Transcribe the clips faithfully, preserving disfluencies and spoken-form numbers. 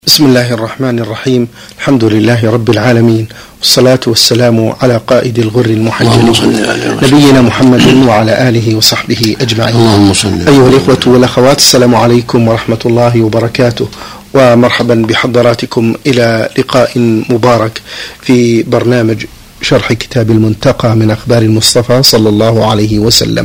بسم الله الرحمن الرحيم. الحمد لله رب العالمين، والصلاة والسلام على قائد الغر المحجلين نبينا محمد وعلى آله وصحبه أجمعين. أيها الإخوة والأخوات، السلام عليكم ورحمة الله وبركاته، ومرحبا بحضراتكم إلى لقاء مبارك في برنامج شرح كتاب المنتقى من أخبار المصطفى صلى الله عليه وسلم.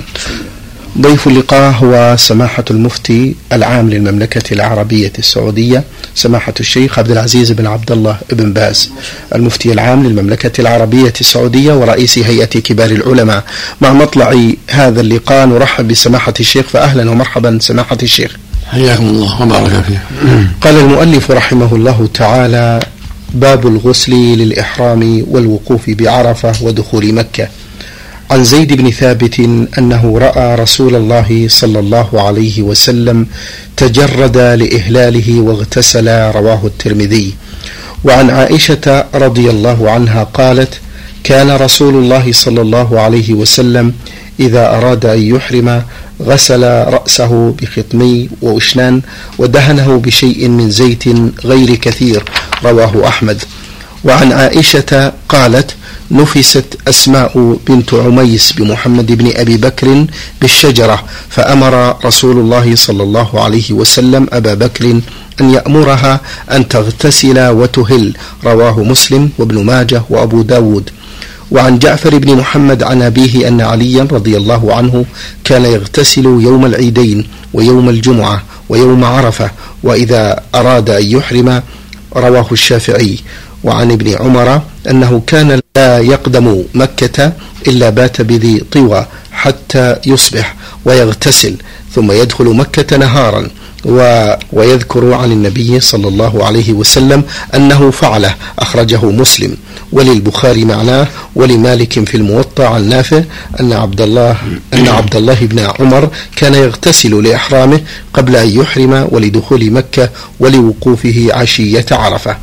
ضيف اللقاء هو سماحة المفتي العام للمملكة العربية السعودية، سماحة الشيخ عبد العزيز بن عبد الله بن باز، المفتي العام للمملكة العربية السعودية ورئيس هيئة كبار العلماء. مع مطلع هذا اللقاء نرحب بسماحة الشيخ، فأهلا ومرحبا سماحة الشيخ. حياكم الله وبارك فيه. قال المؤلف رحمه الله تعالى: باب الغسل للإحرام والوقوف بعرفة ودخول مكة. عن زيد بن ثابت أنه رأى رسول الله صلى الله عليه وسلم تجرد لإهلاله واغتسل، رواه الترمذي. وعن عائشة رضي الله عنها قالت: كان رسول الله صلى الله عليه وسلم إذا أراد أن يحرم غسل رأسه بخطمي وأشنان ودهنه بشيء من زيت غير كثير، رواه أحمد. وعن عائشة قالت: نفست أسماء بنت عميس بمحمد بن أبي بكر بالشجرة، فأمر رسول الله صلى الله عليه وسلم أبا بكر أن يأمرها أن تغتسل وتهل، رواه مسلم وابن ماجه وأبو داود. وعن جعفر بن محمد عن أبيه أن عليا رضي الله عنه كان يغتسل يوم العيدين ويوم الجمعة ويوم عرفة وإذا أراد أن يحرم، رواه الشافعي. وعن ابن عمر أنه كان لا يقدم مكة إلا بات بذي طوى حتى يصبح ويغتسل ثم يدخل مكة نهارا. و... ويذكر عن النبي صلى الله عليه وسلم أنه فعله، أخرجه مسلم. وللبخاري معناه. ولمالك في الموطأ عن نافع أن عبد الله أن عبد الله بن عمر كان يغتسل لإحرامه قبل أن يحرم ولدخول مكة ولوقوفه عشية عرفة.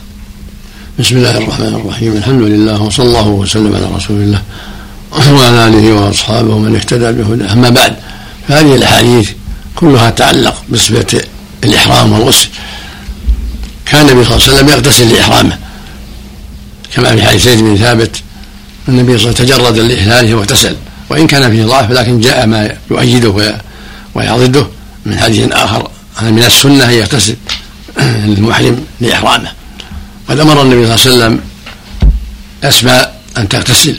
بسم الله الرحمن الرحيم. الحمد لله وصلى الله وسلم على رسول الله وعلى آله وأصحابه من اهتدى بهداه. أما بعد، فهذه الأحاديث كلها تتعلق بصفة الإحرام والغسل. كان النبي صلى الله عليه وسلم يغتسل لإحرامه، كما في حديث زيد بن ثابت النبي صلى الله عليه وسلم تجرد لإهلاله واغتسل، وإن كان فيه ضعف لكن جاء ما يؤيده ويعضده من حديث آخر أن من السنة أن يغتسل المحرم لإحرامه. قد أمر النبي صلى الله عليه وسلم أسماء أن تغتسل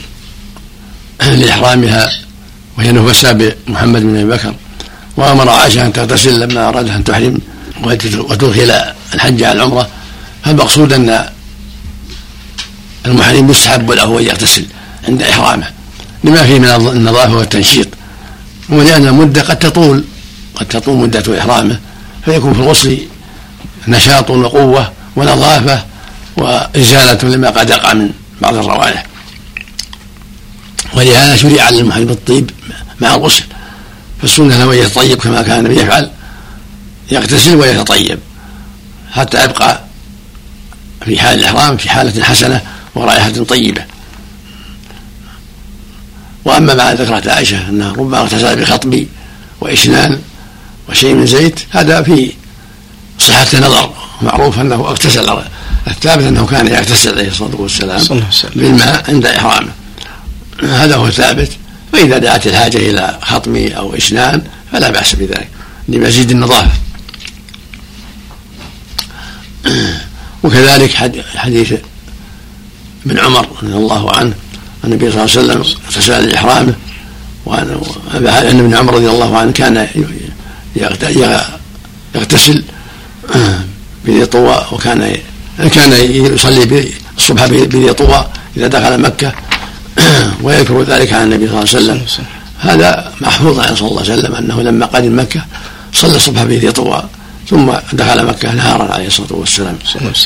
لإحرامها وهي نفسها بمحمد بن أبي بكر، وأمر عائشة أن تغتسل لما أراد أن تحرم وتدخل الحج على العمرة. فالمقصود أن المحرم يستحب له أن يغتسل عند إحرامه لما فيه من النظافة والتنشيط، ولأن المدة قد تطول قد تطول مدة إحرامه، فيكون في الغسل نشاط وقوة ونظافة وإزالة لما قد يقع من بعض الروائح. ولهذا شرع للمحرم الطيب مع الغسل، فالسنة له يتطيب كما كان النبي يفعل، يغتسل ويتطيب حتى يبقى في حال الإحرام في حالة حسنة ورائحة طيبة. وأما ما ذكرت عائشة أنه ربما اغتسل بخطب وإشنان وشيء من زيت، هذا في صحة نظر، معروف أنه اغتسل، الثابت أنه كان يغتسل عليه الصلاة والسلام بالماء عند إحرامه، هذا هو الثابت. فإذا دعت الحاجة إلى خطم أو إشنان فلا بأس بذلك لمزيد النظافة. وكذلك حديث ابن عمر رضي الله عنه النبي صلى الله عليه وسلم اغتسل لإحرامه، وأن ابن عمر رضي الله عنه كان يغتسل بذي طوى، وكان كان يصلي الصبح بذي طوى إذا دخل مكة، ويذكر ذلك عن النبي صلى الله عليه وسلم. هذا محفوظ عن صلى الله عليه وسلم أنه لما قدم مكة صلى الصبح بذي طوى ثم دخل مكة نهارا عليه الصلاة والسلام.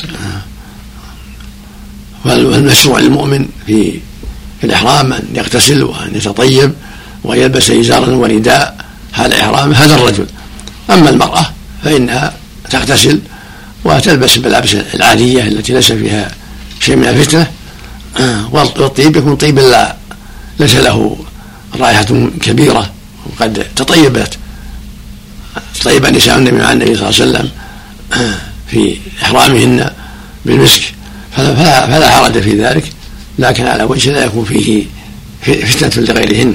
والمشروع للمؤمن في الإحرام أن يغتسل وأن يتطيب ويلبس إزارا ورداء حال إحرامه، هذا الرجل. أما المرأة فإنها تغتسل وتلبس الملابس العادية التي ليس فيها شيء من الفتنة، والطيب يكون طيب لا ليس له رائحة كبيرة، وقد تطيبت طيب نساء النبي مع النبي صلى الله عليه وسلم في إحرامهن بالمسك فلا, فلا, فلا حرج في ذلك، لكن على وجه لا يكون فيه فتنة لغيرهن.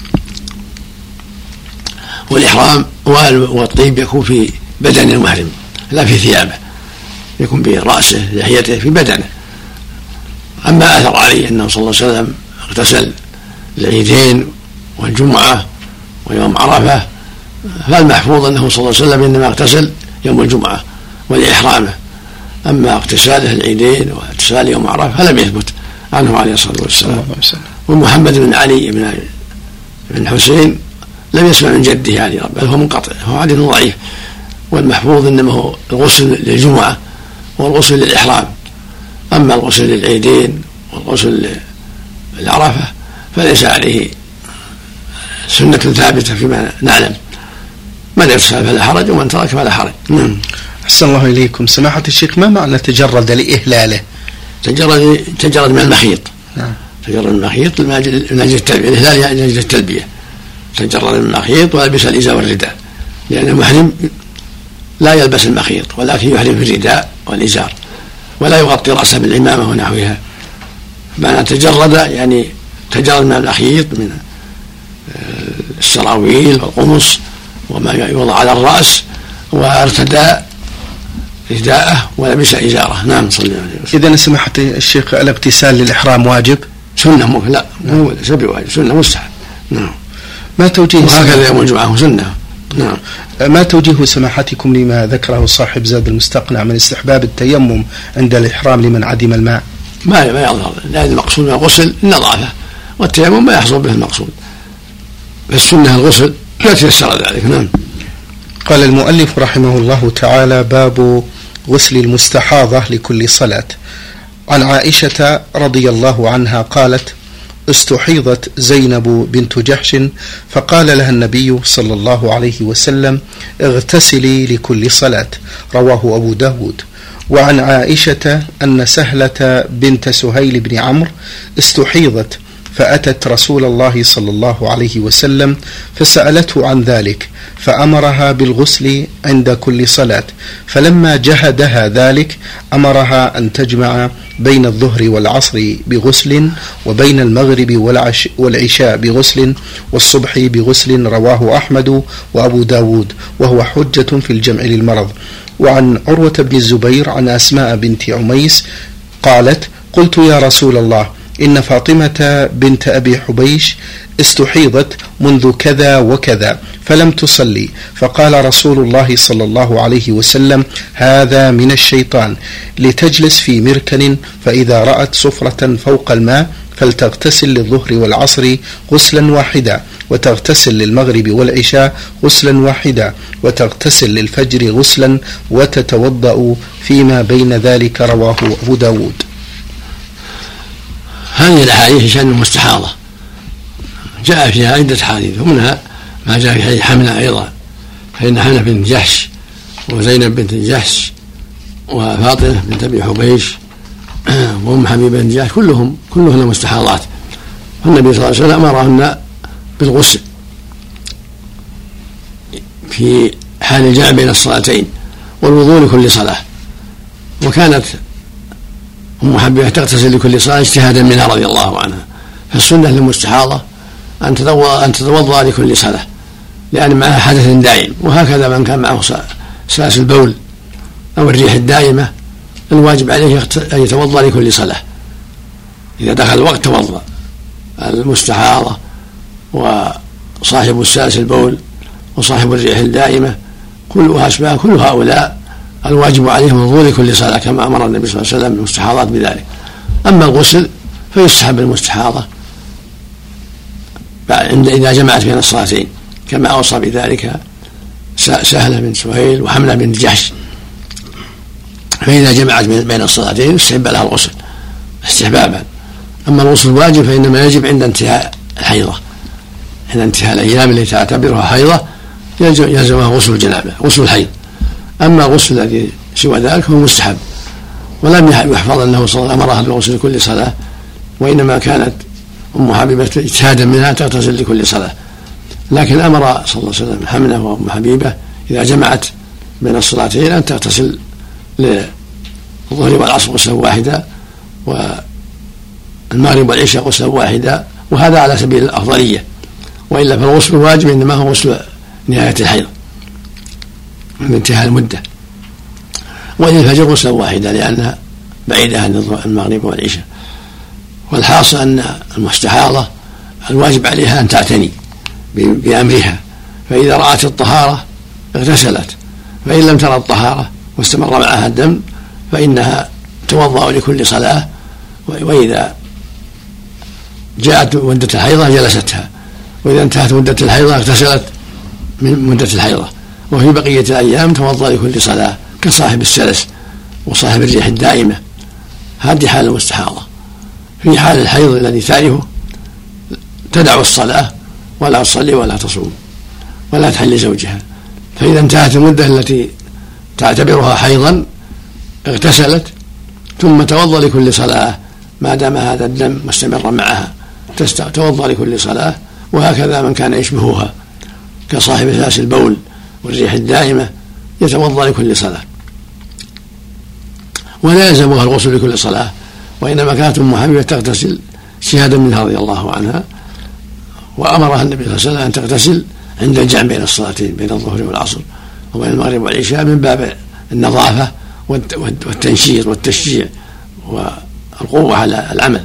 والإحرام والطيب يكون في بدن المحرم لا في ثيابه، يكون برأسه لحيته في بدنه. أما أثر عليه أنه صلى الله عليه وسلم اغتسل العيدين والجمعة ويوم عرفة، فالمحفوظ أنه صلى الله عليه وسلم إنما اغتسل يوم الجمعة ولإحرامه، أما اغتساله العيدين واغتسال يوم عرفة فلم يثبت عنه عليه الصلاة والسلام. ومحمد بن علي بن بن حسين لم يسمع من جده علي بل هو منقطع، هو حديث ضعيف. والمحفوظ إنما هو الغسل للجمعة والغسل للإحرام، أما الغسل للعيدين والغسل للعرفة فليس عليه سنة ثابتة فيما نعلم، من اغتسل فلا حرج ومن ترك فلا حرج. أحسن الله إليكم. سماحة الشيخ، ما معنى تجرد لإهلاله؟ تجرد تجرد من المخيط. نعم. تجرد من المخيط من أجل التلبية، الإهلال يعني من أجل التلبية. تجرد من المخيط ولبس الإزار والرداء، لأن المحرم لا يلبس المخيط ولكن يحرم في الرداء والإزار ولا يغطي رأسه بالعمامة ونحوها. معنى تجرد يعني تجرد من الأخيط من السراويل والقمص وما يوضع على الرأس، وارتدى رداءه ولبس إزاره. نعم صلى الله عليه وسلم. إذن سماحة الشيخ الاغتسال للإحرام واجب؟ سنة مو لا مو سبي واجب، سنة مستحب. نعم. ما توجيه وهكذا يوم الجمعة سنة. نعم. ما توجيه سماحتكم لما ذكره صاحب زاد المستقنع من استحباب التيمم عند الإحرام لمن عدم الماء؟ ما ما يظهر، لأن المقصود من الغسل النظافة، والتيمم ما يحصل به المقصود، فالسنة الغسل لا تيسر ذلك. نعم. قال المؤلف رحمه الله تعالى: باب غسل المستحاضة لكل صلاة. عن عائشة رضي الله عنها قالت: استحيضت زينب بنت جحش فقال لها النبي صلى الله عليه وسلم: اغتسلي لكل صلاة. رواه أبو داود. وعن عائشة أن سهلة بنت سهيل بن عمرو استحيضت فأتت رسول الله صلى الله عليه وسلم فسألته عن ذلك فأمرها بالغسل عند كل صلاة، فلما جهدها ذلك أمرها أن تجمع بين الظهر والعصر بغسل وبين المغرب والعشاء بغسل والصبح بغسل. رواه أحمد وأبو داود، وهو حجة في الجمع للمرض. وعن عروة بن الزبير عن أسماء بنت عميس قالت: قلت يا رسول الله إن فاطمة بنت أبي حبيش استحيضت منذ كذا وكذا فلم تصلي، فقال رسول الله صلى الله عليه وسلم: هذا من الشيطان، لتجلس في مركن، فإذا رأت صفرة فوق الماء فلتغتسل للظهر والعصر غسلا واحدا، وتغتسل للمغرب والعشاء غسلا واحدا، وتغتسل للفجر غسلا، وتتوضأ فيما بين ذلك. رواه أبو داود. هذه الأحاديث شأن المستحاضة جاء فيها عدة حديث، ومنها ما جاء في حديث حملة أيضا، فإن حملة بنت جحش وزينب بنت جحش وفاطمة بنت أبي حبيش وأم حبيبة بنت جحش كلهم كلهن مستحاضات، فالنبي صلى الله عليه وسلم أمرهن بالغسل في حال الجمع بين الصلاتين والوضوء لكل صلاة. وكانت أم حبيبة تغتسل لكل صلاة اجتهادا منها رضي الله عنها، فالسنة للمستحاضة أن تتوضأ لكل صلاة لأن معها حدث دائم، وهكذا من كان معه ساس البول أو الريح الدائمة الواجب عليه أن يتوضأ لكل صلاة. إذا دخل الوقت توضأ. المستحاضة وصاحب الساس البول وصاحب الريح الدائمة كلها أشباه، كل هؤلاء الواجب عليهم الوضوء لكل صلاة كما أمر النبي صلى الله عليه وسلم بالمستحاضات بذلك. أما الغسل فيستحب المستحاضة إذا جمعت بين الصلاتين كما أوصى بذلك سهلة بن سهيل وحملة بن جحش، فإذا جمعت بين الصلاتين استحب لها الغسل استحبابا. أما الغسل الواجب فإنما يجب عند انتهاء الحيضة، عند انتهاء الأيام التي تعتبرها حيضة يلزمها غسل الجنابة غسل الحيض. أما الغسل الذي سوى ذلك هو مستحب، ولم يحفظ أنه صلى الله عليه وسلم أمرها بالغسل لكل صلاة، وإنما كانت أم حبيبة اجتهادا منها تغتسل لكل صلاة، لكن أمر صلى الله عليه وسلم حمنة وأم حبيبة إذا جمعت بين الصلاتين أن تغتسل للظهر والعصر غسلا واحدا والمغرب والعشاء غسلا واحدا، وهذا على سبيل الأفضلية، وإلا فالغسل الواجب إنما هو غسل نهاية الحيض من انتهاء المدة، وللفجر غسلا واحدا لأنها بعيدة عن المغرب والعشاء. والحاصل أن المستحاضة الواجب عليها أن تعتني بأمرها، فإذا رأت الطهارة اغتسلت، فإن لم ترى الطهارة واستمر معها الدم فإنها توضأ لكل صلاة، وإذا جاءت مدة الحيضة جلستها، وإذا انتهت مدة الحيضة اغتسلت من مدة الحيضة، وفي بقية الأيام توضأ لكل صلاة كصاحب السلس وصاحب الريح الدائمة. هذه حال المستحاضة. في حال الحيض الذي تعرفه تدع الصلاة ولا تصلي ولا تصوم ولا تحل زوجها، فإذا انتهت المدة التي تعتبرها حيضا اغتسلت ثم توضأ لكل صلاة ما دام هذا الدم مستمرا معها، توضأ لكل صلاة. وهكذا من كان يشبهها كصاحب اساس البول والريح الدائمة يتوضأ لكل صلاة، ولا يلزمها الغسل لكل صلاة، وإنما كانت أم حبيبة تغتسل اجتهادا منها رضي الله عنها، وأمرها النبي صلى الله عليه وسلم أن تغتسل عند الجمع بين الصلاتين بين الظهر والعصر وبين المغرب والعشاء من باب النظافة والتنشيط والتشجيع والقوة على العمل.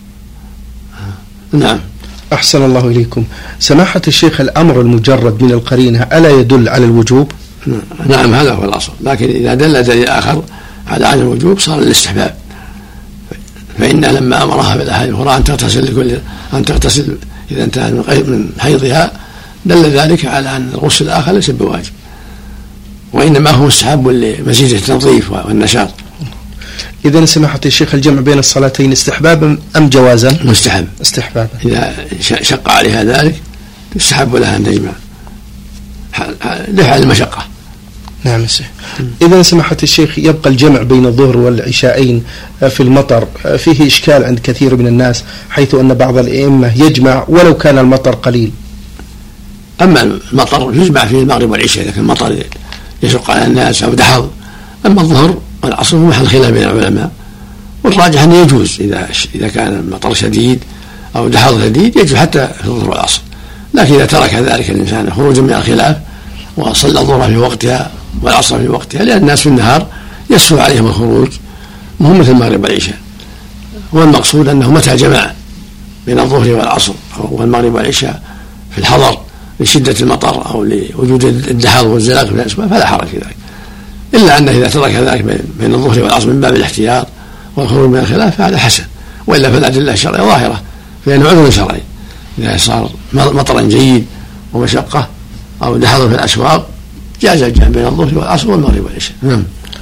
نعم. أحسن الله إليكم. سماحة الشيخ، الأمر المجرد من القرينة ألا يدل على الوجوب؟ نعم هذا هو الأصل، لكن إذا دل دليل آخر على عدم الوجوب صار الاستحباب، فإن لما أمرها بالأحاديث الأخرى أن تغتسل لكل أن تغتسل إذا انتهت من حيضها دل ذلك على أن الغسل الآخر ليس بواجب، وإنما هو مستحب لمزيد التنظيف والنشاط. إذن سماحة الشيخ الجمع بين الصلاتين استحبابا أم جوازا؟ مستحب استحبابا. إذا شق عليها ذلك يستحب لها أن تجمع لفعل المشقة. نعم الشيخ. إذن سماحة الشيخ يبقى الجمع بين الظهر والعشاءين في المطر فيه إشكال عند كثير من الناس، حيث أن بعض الأئمة يجمع ولو كان المطر قليل. أما المطر يجمع فيه المغرب والعشاء إذا كان المطر يشق على الناس أو دحض، أما الظهر والعصر محل خلاف بين العلماء، والراجح أنه يجوز إذا إذا كان المطر شديد أو دحض شديد يجوز حتى في الظهر والعصر، لكن إذا ترك ذلك الإنسان خروجا من الخلاف وصلى الظهر في وقتها والعصر في وقتها، لأن الناس في النهار يسهل عليهم الخروج مهم مثل المغرب والعشاء، والمقصود أنه متى جمع بين الظهر والعصر والمغرب والعشاء في الحضر لشدة المطر أو لوجود الدحض والزلاق في الأسباب فلا حرج في ذلك، إلا أنه إذا ترك ذلك بين الظهر والعصر من باب الاحتياط والخروج من الخلاف فهذا حسن، وإلا فالأدلة الشرعية ظاهرة فإنه عذر شرعي إذا صار مطرا جيد ومشقة أو دحض في الأسواق جاز الجمع بين الظهر والعصر والمغرب والعشاء. نعم.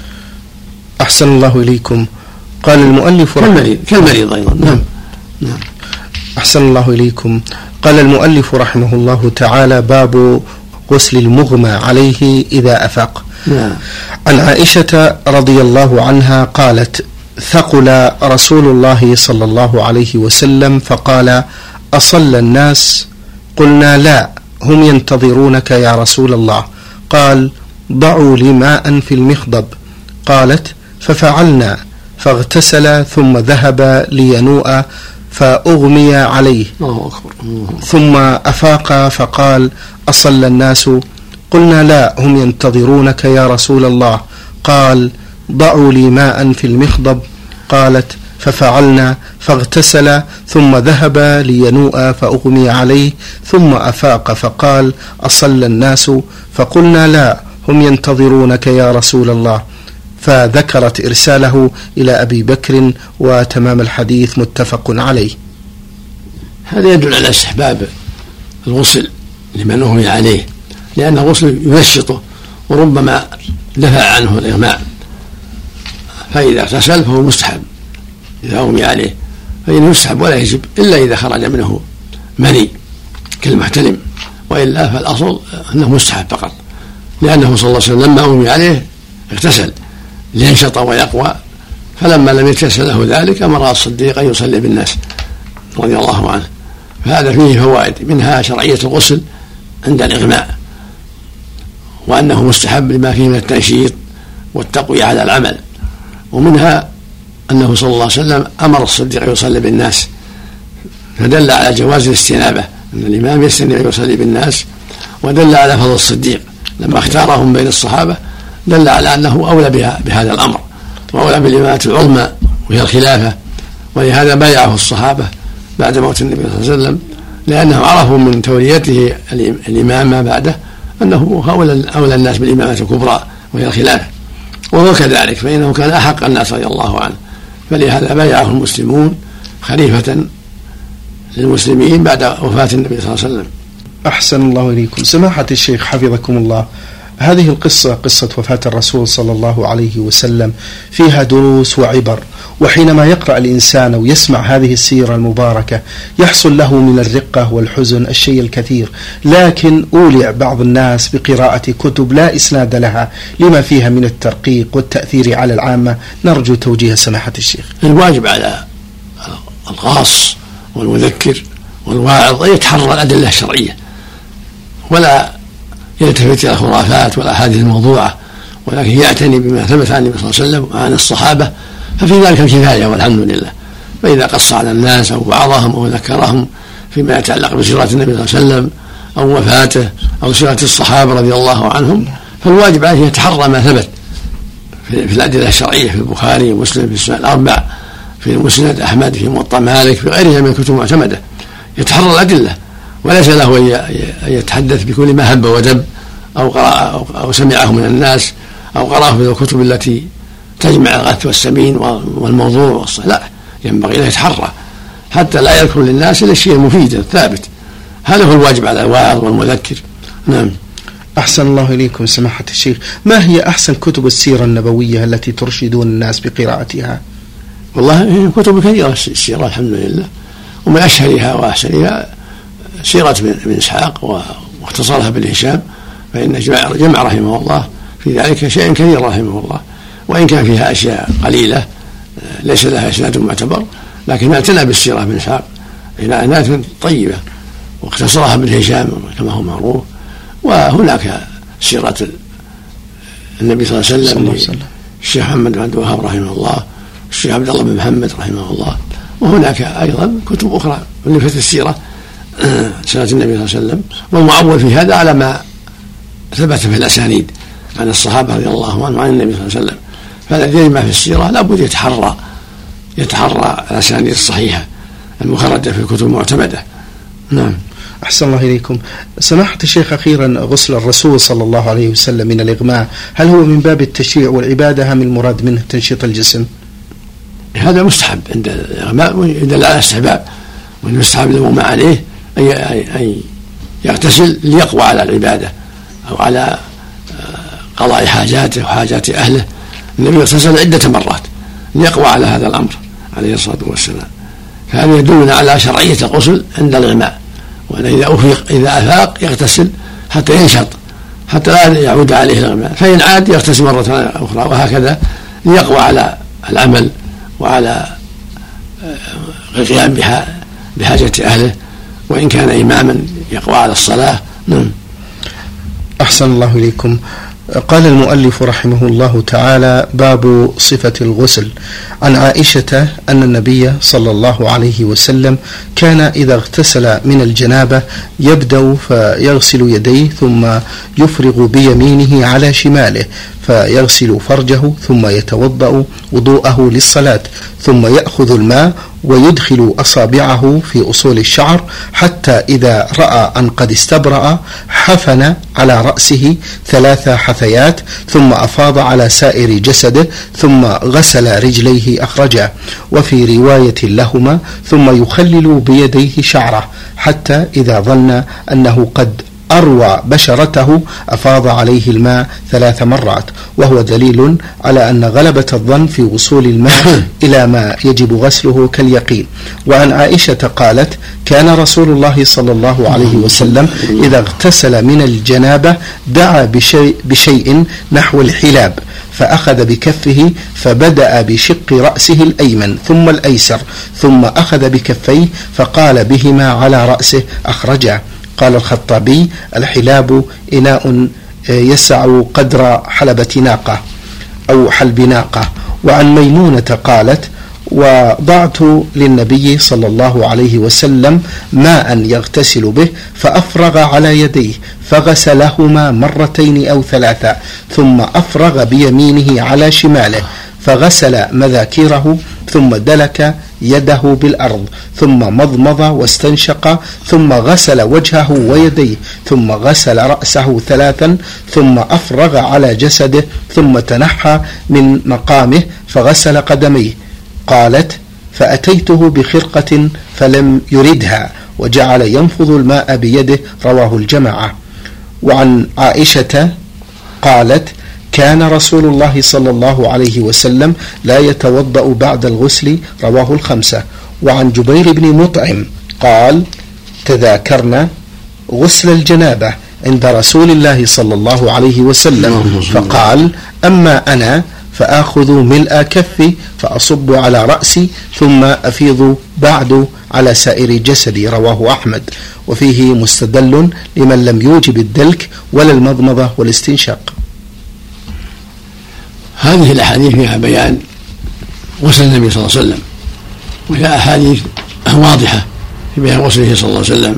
أحسن الله إليكم. قال المؤلف كالمريض كالمريض أيضا. نعم. نعم. أحسن الله إليكم. قال المؤلف رحمه الله تعالى: باب غسل المغمى عليه إذا أفاق. نعم. عن عائشة رضي الله عنها قالت: ثقل رسول الله صلى الله عليه وسلم فقال: أصلى الناس؟ قلنا: لا، هم ينتظرونك يا رسول الله. قال: ضعوا لي ماء في المخضب. قالت: ففعلنا، فاغتسل ثم ذهب لينوء فأغمي عليه، ثم أفاق فقال: أصلى الناس؟ قلنا: لا، هم ينتظرونك يا رسول الله. قال: ضعوا لي ماء في المخضب. قالت: ففعلنا، فاغتسل ثم ذهب لينوء فأغمي عليه، ثم أفاق فقال: أصلى الناس؟ فقلنا: لا، هم ينتظرونك يا رسول الله. فذكرت إرساله إلى أبي بكر، وتمام الحديث متفق عليه. هذا يدل على استحباب الغسل لمن أغمي عليه، لأن الغسل ينشطه وربما دفع عنه الإغماء، فإذا اغتسل فهو مستحب إذا أغمي عليه، فإنه يستحب ولا يجب إلا إذا خرج منه مني كالمحتلم، وإلا فالأصل أنه مستحب فقط، لأنه صلى الله عليه وسلم لما أغمي عليه اغتسل لينشط ويقوى، فلما لم يتيسر له ذلك أمر الصديق أن يصلي بالناس رضي الله عنه. فهذا فيه فوائد، منها شرعية الغسل عند الإغماء، وأنه مستحب لما فيه من التنشيط والتقوية على العمل. ومنها أنه صلى الله عليه وسلم أمر الصديق يصلي بالناس، فدل على جواز الاستنابة، أن الإمام يستنب يصلي بالناس، ودل على فضل الصديق لما اختارهم بين الصحابة، دل على أنه أولى بها بهذا الأمر وأولى بالإمامة العظمى وهي الخلافة. ولهذا بايعه الصحابة بعد موت النبي صلى الله عليه وسلم، لأنهم عرفوا من توليته الإمامة بعده أنه أولى الناس بالإمامة الكبرى وهي الخلافة، وهو كذلك، فإنه كان أحق الناس رضي الله عنه، فلهذا بايعه المسلمون خليفة للمسلمين بعد وفاة النبي صلى الله عليه وسلم. أحسن الله إليكم سماحة الشيخ حفظكم الله. هذه القصة قصة وفاة الرسول صلى الله عليه وسلم فيها دروس وعبر، وحينما يقرأ الإنسان ويسمع هذه السيرة المباركة يحصل له من الرقة والحزن الشيء الكثير، لكن أولع بعض الناس بقراءة كتب لا إسناد لها لما فيها من الترقيق والتأثير على العامة. نرجو توجيه سماحة الشيخ. الواجب على الخاص والمذكر والواعظ أن يتحرى الأدلة الشرعية، ولا يلتفت إلى الخرافات ولا أحاديث الموضوعة، ولكن يعتني بما ثبت عن النبي صلى الله عليه وسلم وعن الصحابة، ففي ذلك الكفاية والحمد لله. فإذا قص على الناس أو وعظهم أو ذكرهم فيما يتعلق بسيرة النبي صلى الله عليه وسلم أو وفاته أو سيرة الصحابة رضي الله عنهم، فالواجب عليه يتحرى ما ثبت في الأدلة الشرعية في البخاري ومسلم في السنن الأربع، في مسند أحمد، في موطأ مالك، في غيرها من الكتب المعتمدة، يتحرى الأدلة، وليس له أن يتحدث بكل ما هب ودب أو قرأ أو سمعه من الناس أو قرأه في الكتب التي تجمع الغث والسمين والموضوع والصحيح. لا، ينبغي له يتحرى حتى لا يذكر للناس إلا الشيء المفيد الثابت. هذا هو الواجب على الواعظ والمذكر. نعم. أحسن الله إليكم سماحة الشيخ. ما هي أحسن كتب السيرة النبوية التي ترشدون الناس بقراءتها؟ والله كتب كثيرة السيرة الحمد لله، ومن أشهرها وأحسنها سيرة ابن إسحاق واختصارها بالهشام، فإن جمع رحمه الله في ذلك شيء كثير رحمه الله، وإن كان فيها أشياء قليلة ليس لها إسناد معتبر، لكن اعتنى بالسيرة ابن إسحاق عناية طيبة واختصرها بالهشام كما هو معروف. وهناك سيرة النبي صلى الله عليه وسلم الشيخ محمد بن عبد الوهاب رحمه الله، الشيخ عبد الله بن محمد رحمه الله، وهناك أيضا كتب أخرى ألفت السيرة سيرة النبي صلى الله عليه وسلم، والمعول في هذا على ما ثبت في الأسانيد عن الصحابة رضي الله عنهم عن النبي صلى الله عليه وسلم. فالذي يجمع في السيرة لابد يتحرى يتحرى الأسانيد الصحيحة المخرجة في الكتب المعتمدة. نعم. أحسن الله إليكم سماحة الشيخ. أخيرا، غسل الرسول صلى الله عليه وسلم من الإغماء هل هو من باب التشريع والعبادة أم المراد منه تنشيط الجسم؟ هذا مستحب عند الإغماء، يدل على استحباب، والمستحب الإغماء عليه أن يغتسل ليقوى على العبادة أو على قضاء حاجاته وحاجات أهله. النبي اغتسل عدة مرات ليقوى على هذا الأمر عليه الصلاة والسلام، فهذا يدلنا على شرعية الغسل عند الإغماء، وأن إذا أفيق إذا أفاق يغتسل حتى ينشط حتى لا يعود عليه الإغماء، فإن عاد يغتسل مرة أخرى، وهكذا ليقوى على العمل وعلى القيام بحاجة أهله، وإن كان إماما يقوى على الصلاة. نعم. أحسن الله إليكم. قال المؤلف رحمه الله تعالى: باب صفة الغسل. عن عائشة أن النبي صلى الله عليه وسلم كان إذا اغتسل من الجنابة يبدأ فيغسل يديه ثم يفرغ بيمينه على شماله فيغسل فرجه ثم يتوضأ وضوءه للصلاة، ثم يأخذ الماء ويدخل أصابعه في أصول الشعر حتى إذا رأى أن قد استبرأ حفن على رأسه ثلاث حثيات ثم أفاض على سائر جسده ثم غسل رجليه أخرجا. وفي رواية لهما: ثم يخلل بيديه شعره حتى إذا ظن أنه قد أروى بشرته أفاض عليه الماء ثلاث مرات، وهو دليل على أن غلبة الظن في وصول الماء إلى ما يجب غسله كاليقين. وعن عائشة قالت: كان رسول الله صلى الله عليه وسلم إذا اغتسل من الجنابة دعا بشيء, بشيء نحو الحلاب، فأخذ بكفه فبدأ بشق رأسه الأيمن ثم الأيسر، ثم أخذ بكفيه فقال بهما على رأسه أخرجا. قال الخطابي: الحلاب إناء يسع قدر حلبة ناقة. أو حلب ناقة. وعن ميمونة قالت: وضعت للنبي صلى الله عليه وسلم ماء يغتسل به فأفرغ على يديه فغسلهما مرتين أو ثلاثة، ثم أفرغ بيمينه على شماله فغسل مذاكيره، ثم دلك يده بالأرض، ثم مضمض واستنشق، ثم غسل وجهه ويديه، ثم غسل رأسه ثلاثا، ثم أفرغ على جسده، ثم تنحى من مقامه فغسل قدميه. قالت: فأتيته بخرقة فلم يردها وجعل ينفض الماء بيده. رواه الجماعة. وعن عائشة قالت: كان رسول الله صلى الله عليه وسلم لا يتوضأ بعد الغسل. رواه الخمسة. وعن جبير بن مطعم قال: تذاكرنا غسل الجنابة عند رسول الله صلى الله عليه وسلم فقال: أما أنا فآخذ ملء كفي فأصب على رأسي ثم أفيض بعد على سائر جسدي. رواه أحمد. وفيه مستدل لمن لم يوجب الدلك ولا المضمضة والاستنشاق. هذه الأحاديث فيها بيان غسل النبي صلى الله عليه وسلم، وهي أحاديث واضحة في بيان غسله صلى الله عليه وسلم،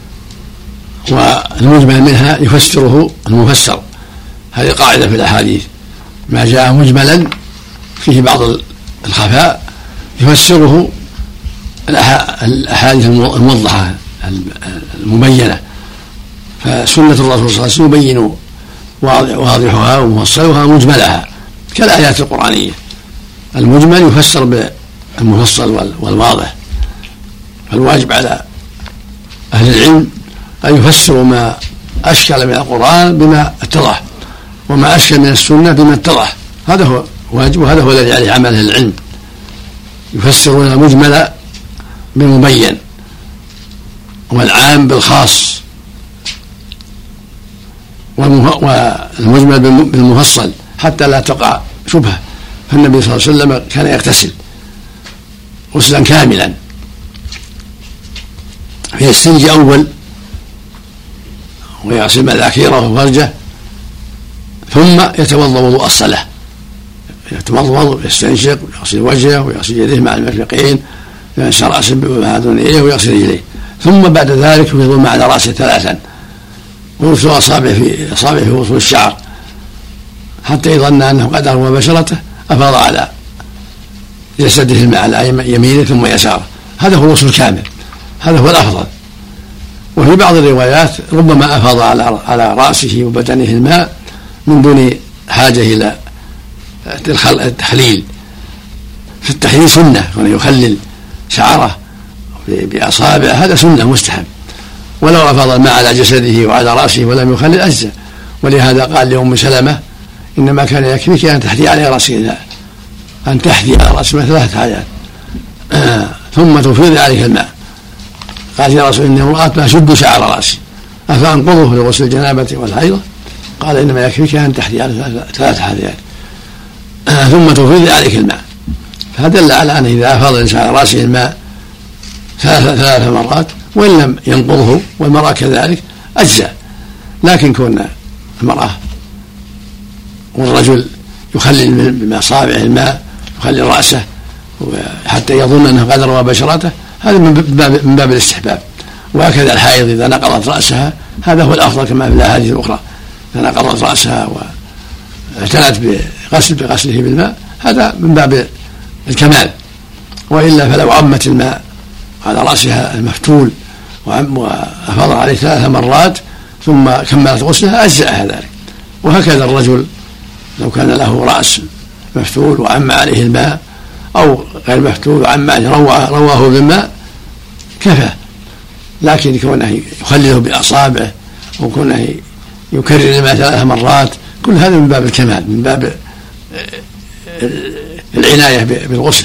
والمجمل منها يفسره المفسر. هذه قاعدة في الأحاديث: ما جاء مجملا فيه بعض الخفاء يفسره الأحاديث الموضحة المبينة. فسنة الرسول صلى الله عليه وسلم يبين واضحها ومفصلها ومجملها كالآيات القرآنية. المجمل يفسر بالمفصل والواضح، فالواجب على أهل العلم أن يفسروا ما أشكل من القرآن بما اتضح، وما أشكل من السنة بما اتضح. هذا هو واجب، وهذا هو الذي عليه عمل أهل العلم، يفسرون المجمل بالمبين والعام بالخاص والمجمل بالمفصل حتى لا تقع شبهة. فالنبي صلى الله عليه وسلم كان يغتسل غسلا كاملا، فيستنجي أول ويغسل مذاكيره وفرجه، ثم يتوضأ وضوء الصلاة، يتوضأ ويستنشق ويغسل وجهه ويغسل يديه مع المرفقين، ينشر رأسه مع أذنيه ويغسل رجليه، ثم بعد ذلك يفيض الماء على رأسه ثلاثا ويغسل أصابعه في أصابعه في وصول الشعر، حتى يظن أنه قد أروى بشرته أفاض على جسده الماء على يمينه ثم يساره. هذا هو الوصول الكامل، هذا هو الأفضل. وفي بعض الروايات ربما أفاض على على رأسه وبدنه الماء من دون حاجة إلى التخليل. في التخليل سنة، وأن يخلل شعره بأصابعه هذا سنة مستحب، ولو أفاض الماء على جسده وعلى رأسه ولم يخلل أجزاء. ولهذا قال لأم سلمة: إنما كان يكفيك أن تحثي على رأسك، أن تحثي على رأسك ثلاث حاجات ثم تفيض عليك الماء. قال: يا رسول إني امرأة أشد شعر رأسي أفأنقضه لغسل الجنابة والحيضة؟ قال: إنما يكفيك أن تحثي على ثلاث حاجات ثم تفيض عليك الماء. فدل على أنه إذا أفاض الإنسان على رأسه الماء ثلاث ثلاث مرات وإن لم ينقضه والمرأة كذلك أجزاء. لكن كون المرأة والرجل يخلل بأصابعه الماء، يخلل رأسه حتى يظن أنه قد روى بشرته، هذا من باب, من باب الاستحباب. وهكذا الحائض إذا نقضت رأسها هذا هو الأفضل كما في الأحاديث الأخرى، إذا نقضت رأسها واعتنت بغسل بغسله بالماء هذا من باب الكمال. وإلا فلو عمت الماء على رأسها المفتول وأفاض عليه ثلاث مرات ثم كملت غسلها أجزأها ذلك. وهكذا الرجل لو كان له رأس مفتول وعم عليه الماء أو غير مفتول وعم عليه رواه, رواه بالماء كفى. لكن كونه يخلله بأصابعه وكونه يكرر الماء ثلاث مرات كل هذا من باب الكمال، من باب العناية بالغسل.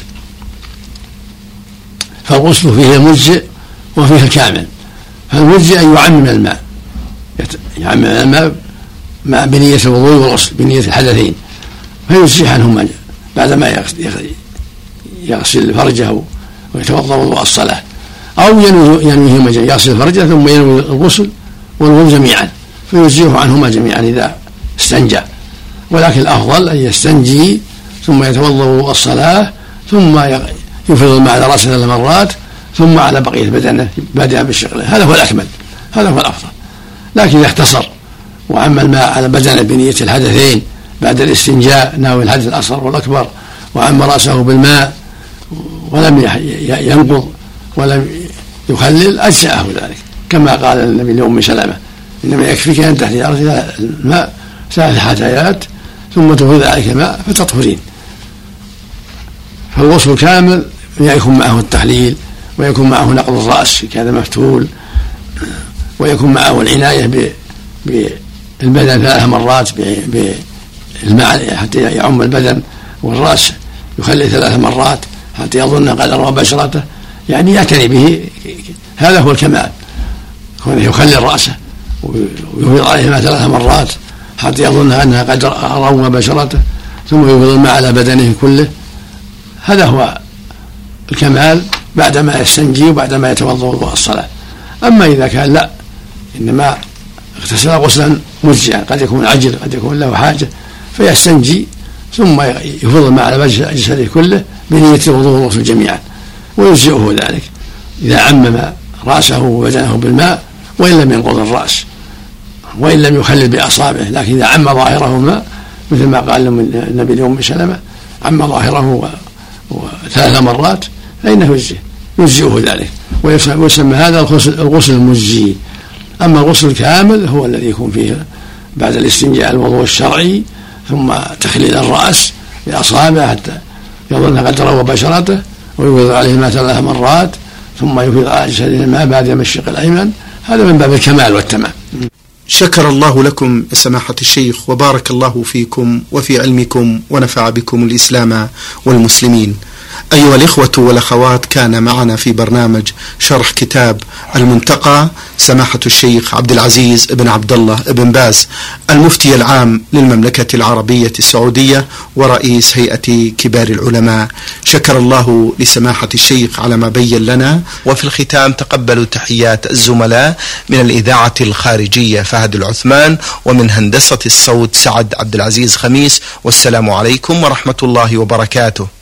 فالغسل فيه المجزئ وفيه الكامل. فالمجزئ أن يعمم الماء، يعمم الماء مع بنية الوضوء والغسل بنية الحدثين، فيزيح عنهما بعدما يغسل فرجه ويتوضأ وضوء الصلاة، أو ينويهما يغسل فرجه ثم ينوي الغسل والوضوء جميعا فيزيح عنهما جميعا إذا استنجى. ولكن الأفضل أن يستنجي ثم يتوضأ الصلاة ثم يفيض الماء على رأسه ثلاث مرات ثم على بقية بدنه بادئا بالشقة. هذا هو الأكمل، هذا هو الأفضل. لكن إذا اختصر وعم الماء على بدنه بنية الحدثين بعد الاستنجاء ناوي الحدث الأصغر والأكبر وعم رأسه بالماء ولم ينقض ولم يخلل أجزأه ذلك، كما قال النبي لأم سلمة إنما يكفيك أن تحتي رأسك الماء ثلاث حثيات ثم تفيض عليك ماء فتطهرين. فالغسل كامل يكون معه التحليل ويكون معه نقض الرأس كذا مفتول ويكون معه العناية بالبدن ثلاث مرات بالماء حتى يعم البدن، والرأس يخلي ثلاث مرات حتى يظن قدر بشرته، يعني يعتني به. هذا هو الكمال، يخلي الرأس ويفيض عليه الماء ثلاث مرات حتى يظن أنها قد روى بشرته ثم يفيض الماء على بدنه كله. هذا هو الكمال بعدما يستنجي وبعدما يتوضأ وضوء الصلاة. أما إذا كان لا إنما اغتسل غسلا مرجعا قد يكون عجل قد يكون له حاجة فيستنجي ثم يفيض الماء على جسده كله بنية الوضوء والغسل جميعا ويجزئه ذلك إذا عمم رأسه وبدنه بالماء وإن لم ينقض الرأس وإن لم يخلل بأصابعه، لكن إذا عم ظاهره الماء مثل ما قال النبي لأم سلمة عم ظاهره ثلاث مرات فإنه يجزئه ذلك ويسمى هذا الغسل المجزي. أما الغسل الكامل هو الذي يكون فيه بعد الاستنجاء الوضوء الشرعي ثم تخليل الرأس بأصابعه حتى يظن قد روى بشرته ويفيض عليه الماء ثلاث مرات ثم يفيض على جسده الماء بعد المشرق الأيمن. هذا من باب الكمال والتمام. شكر الله لكم سماحة الشيخ وبارك الله فيكم وفي علمكم ونفع بكم الإسلام والمسلمين. أيها الإخوة والأخوات، كان معنا في برنامج شرح كتاب المنتقى سماحة الشيخ عبد العزيز بن عبد الله بن باز المفتي العام للمملكة العربية السعودية ورئيس هيئة كبار العلماء. شكر الله لسماحة الشيخ على ما بين لنا. وفي الختام تقبلوا تحيات الزملاء من الإذاعة الخارجية فهد العثمان ومن هندسة الصوت سعد عبد العزيز خميس، والسلام عليكم ورحمة الله وبركاته.